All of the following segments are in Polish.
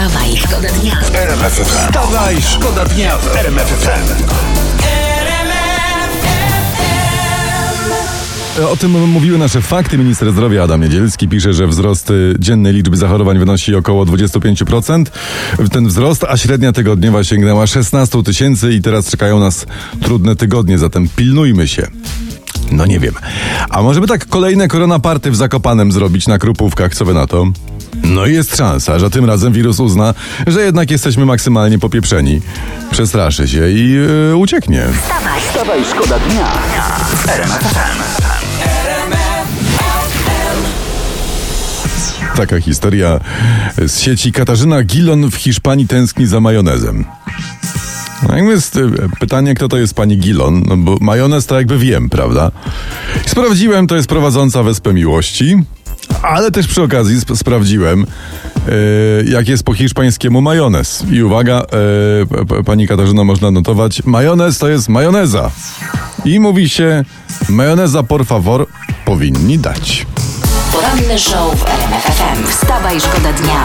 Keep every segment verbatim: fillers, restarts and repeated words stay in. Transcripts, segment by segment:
Wstawaj, szkoda dnia w R M F F M. Wstawaj, szkoda dnia w R M F F M. O tym mówiły nasze fakty. Minister zdrowia Adam Niedzielski pisze, że wzrost dziennej liczby zachorowań wynosi około dwadzieścia pięć procent. Ten wzrost, a średnia tygodniowa sięgnęła szesnaście tysięcy i teraz czekają nas trudne tygodnie, zatem pilnujmy się. No nie wiem. A może by tak kolejne koronaparty w Zakopanem zrobić na Krupówkach, co wy na to? No i jest szansa, że tym razem wirus uzna, że jednak jesteśmy maksymalnie popieprzeni. Przestraszy się i yy, ucieknie. Wstawaj, Wstawaj, szkoda dnia w R M F F M. Taka historia z sieci. Katarzyna Gilon w Hiszpanii tęskni za majonezem. No jakby jest pytanie, kto to jest pani Gilon, no bo majonez to jakby wiem, prawda? Sprawdziłem, to jest prowadząca Wyspę Miłości, ale też przy okazji sp- sprawdziłem, yy, jak jest po hiszpańskiemu majonez. I uwaga, yy, p- pani Katarzyno, można notować, majonez to jest majoneza. I mówi się, majoneza por favor powinni dać. Poranny show w R M F F M. Wstawaj, szkoda dnia.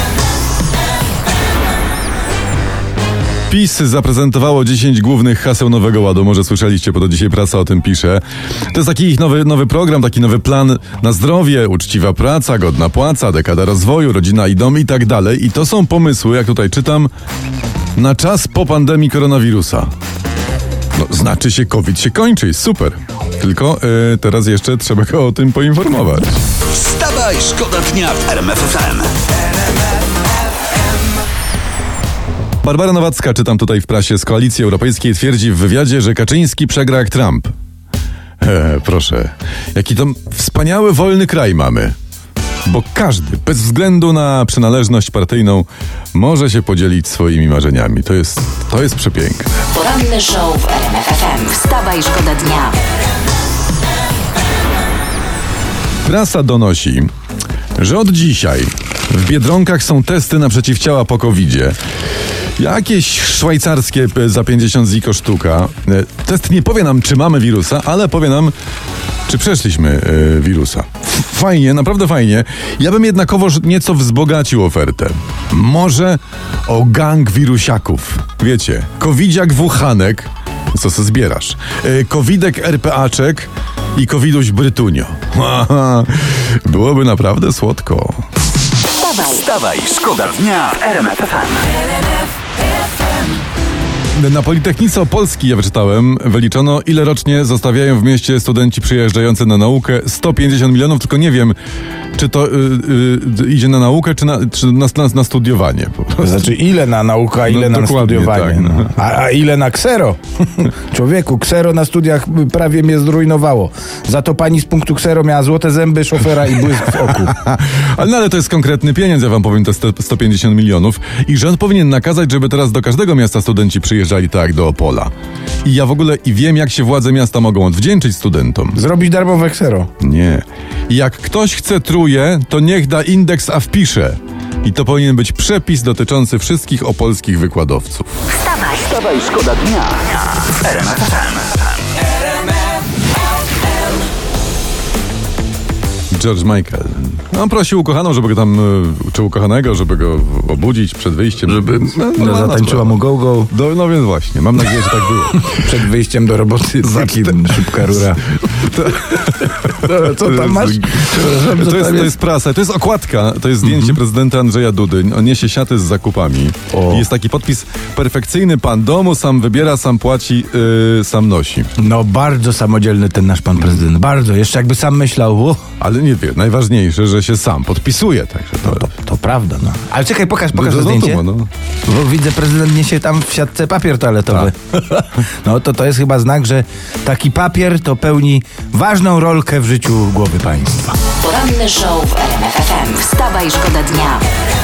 PiS zaprezentowało dziesięć głównych haseł Nowego Ładu. Może słyszeliście, bo to dzisiaj prasa o tym pisze. To jest taki ich nowy, nowy program, taki nowy plan na zdrowie, uczciwa praca, godna płaca, dekada rozwoju, rodzina i dom i tak dalej. I to są pomysły, jak tutaj czytam, na czas po pandemii koronawirusa. No, znaczy się, COVID się kończy, jest super. Tylko yy, teraz jeszcze trzeba go o tym poinformować. Wstawaj, szkoda dnia w R M F F M. Barbara Nowacka, czytam tutaj w prasie, z Koalicji Europejskiej twierdzi w wywiadzie, że Kaczyński przegra jak Trump. E, proszę, jaki to wspaniały, wolny kraj mamy. Bo każdy, bez względu na przynależność partyjną, może się podzielić swoimi marzeniami. To jest, to jest przepiękne. Poranny show w R M F F M. Wstawaj, szkoda dnia. Prasa donosi, że od dzisiaj w Biedronkach są testy na przeciwciała po kowidzie. Jakieś szwajcarskie za pięćdziesiąt ziko sztuka. Test nie powie nam, czy mamy wirusa, ale powie nam, czy przeszliśmy y, wirusa. Fajnie, naprawdę fajnie. Ja bym jednakowoż nieco wzbogacił ofertę. Może o gang wirusiaków. Wiecie, covidziak wuchanek, co se zbierasz? Y, covidek er pe a czek i coviduś brytunio. Byłoby naprawdę słodko. Wstawaj, Wstawaj, szkoda dnia w R M F F M. Na Politechnice Opolskiej, ja wyczytałem, wyliczono, ile rocznie zostawiają w mieście studenci przyjeżdżający na naukę. sto pięćdziesiąt milionów, tylko nie wiem, czy to y, y, idzie na naukę, czy na, czy na, na, na studiowanie. Po prostu. To znaczy ile na naukę, a ile No, na dokładnie studiowanie. tak, no. a, a ile na ksero? Człowieku, ksero na studiach prawie mnie zrujnowało. Za to pani z punktu ksero miała złote zęby szofera i błysk w oku. Ale, no, ale to jest konkretny pieniądz, ja wam powiem, te sto pięćdziesiąt milionów. I rząd powinien nakazać, żeby teraz do każdego miasta studenci przyjeżdżali tak jak do Opola. I ja w ogóle i wiem, jak się władze miasta mogą odwdzięczyć studentom. Zrobić darmowe ksero. Nie. I jak ktoś chce truje, to niech da indeks, a wpisze. I to powinien być przepis dotyczący wszystkich opolskich wykładowców. wstawaj, Wstawaj, szkoda dnia w R M F F M. George Michael. On prosił ukochaną, żeby go tam, czy ukochanego, żeby go obudzić przed wyjściem, żeby... No, No, no, zatańczyła mu go-go no, no więc właśnie, mam nadzieję, że tak było. przed wyjściem do roboty. Taki szybka rura. Co tam masz? Przepraszam, co To jest, tam to jest prasa, to jest okładka, to jest zdjęcie Mhm. prezydenta Andrzeja Dudy. On niesie siaty z zakupami. O. I jest taki podpis: perfekcyjny pan domu, sam wybiera, sam płaci, yy, sam nosi. No bardzo samodzielny ten nasz pan prezydent. Bardzo. Jeszcze jakby sam myślał. Uh, Ale nie wie, najważniejsze, że się sam podpisuje. Także to, to, to prawda, no. Ale czekaj, pokaż, pokaż No, to no, zdjęcie. to, no. Bo widzę, prezydent niesie tam w siatce papier toaletowy. No to to jest chyba znak, że taki papier to pełni ważną rolkę w życiu głowy państwa. Poranny show w R M F F M. Wstawaj, szkoda dnia.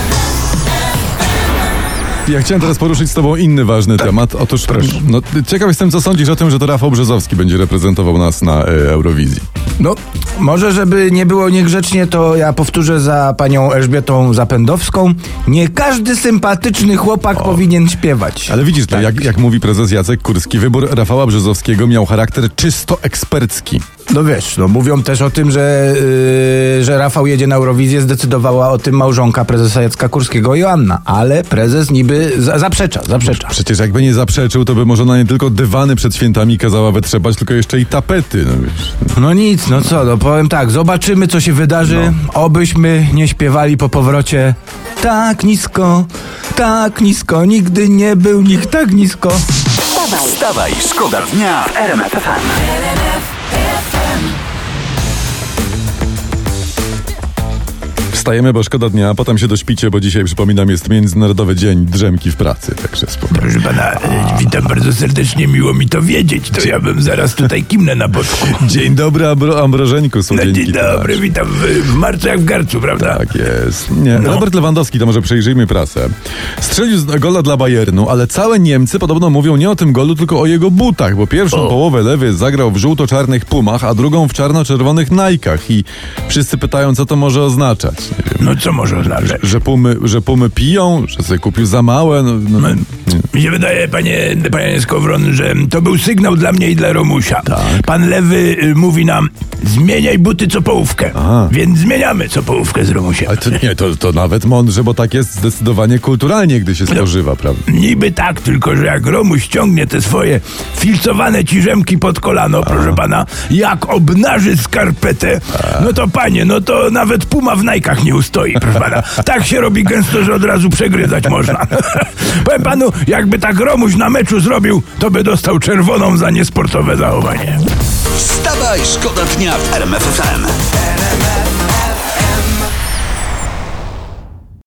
Ja chciałem teraz poruszyć z tobą inny ważny temat. Otóż no, ciekaw jestem, co sądzisz o tym, że to Rafał Brzozowski będzie reprezentował nas na e, Eurowizji. No, może żeby nie było niegrzecznie, to ja powtórzę za panią Elżbietą Zapędowską. Nie każdy sympatyczny chłopak powinien śpiewać. Ale widzisz, to jak, jak mówi prezes Jacek Kurski, wybór Rafała Brzozowskiego miał charakter czysto ekspercki. No wiesz, no mówią też o tym, że, yy, że Rafał jedzie na Eurowizję, zdecydowała o tym małżonka prezesa Jacka Kurskiego, Joanna, ale prezes niby za, zaprzecza, zaprzecza. Przecież jakby nie zaprzeczył, to by może ona nie tylko dywany przed świętami kazała wytrzepać, tylko jeszcze i tapety, no wiesz. No nic, no co, no powiem tak, zobaczymy co się wydarzy, no. Obyśmy nie śpiewali po powrocie tak nisko, tak nisko, nigdy nie był nikt tak nisko. Wstawaj, wstawaj, szkoda dnia w R M F F M. Wstajemy, bo szkoda dnia, a potem się dośpicie, bo dzisiaj, przypominam, jest Międzynarodowy Dzień Drzemki w pracy, także spokojnie. Proszę pana, witam bardzo serdecznie, miło mi to wiedzieć, to ja bym zaraz tutaj kimnę na boczku. Dzień dobry, Ambro, Ambrożeńku, No, słodzienki. dzień dobry, nasz. witam w, w marcu jak w garcu, prawda? Tak jest. Nie, No. Robert Lewandowski, to może przejrzyjmy prasę. Strzelił z- gola dla Bayernu, ale całe Niemcy podobno mówią nie o tym golu, tylko o jego butach, bo pierwszą O. połowę lewy zagrał w żółto-czarnych pumach, a drugą w czarno-czerwonych najkach i wszyscy pytają, co to może oznaczać. Nie wiem, No co może oznaczać? że pumy, że pumy piją, że sobie kupił za małe. No, no, nie. Mi się wydaje, panie, panie Skowron, że to był sygnał dla mnie i dla Romusia. Tak. Pan Lewy y, mówi nam, zmieniaj buty co połówkę. Aha. Więc zmieniamy co połówkę z Romusiem. Ale to nie, to, to nawet mądrze, bo tak jest zdecydowanie kulturalnie, gdy się spożywa, prawda? Niby tak, tylko że jak Romuś ściągnie te swoje filcowane ciżemki pod kolano, proszę pana, jak obnaży skarpetę, no to panie, no to nawet puma w najkach nie ustoi, proszę pana. Tak się robi gęsto, że od razu przegryzać można. Powiem panu, jakby tak Romuś na meczu zrobił, to by dostał czerwoną za niesportowe zachowanie. Wstawaj, szkoda dnia w R M F F M.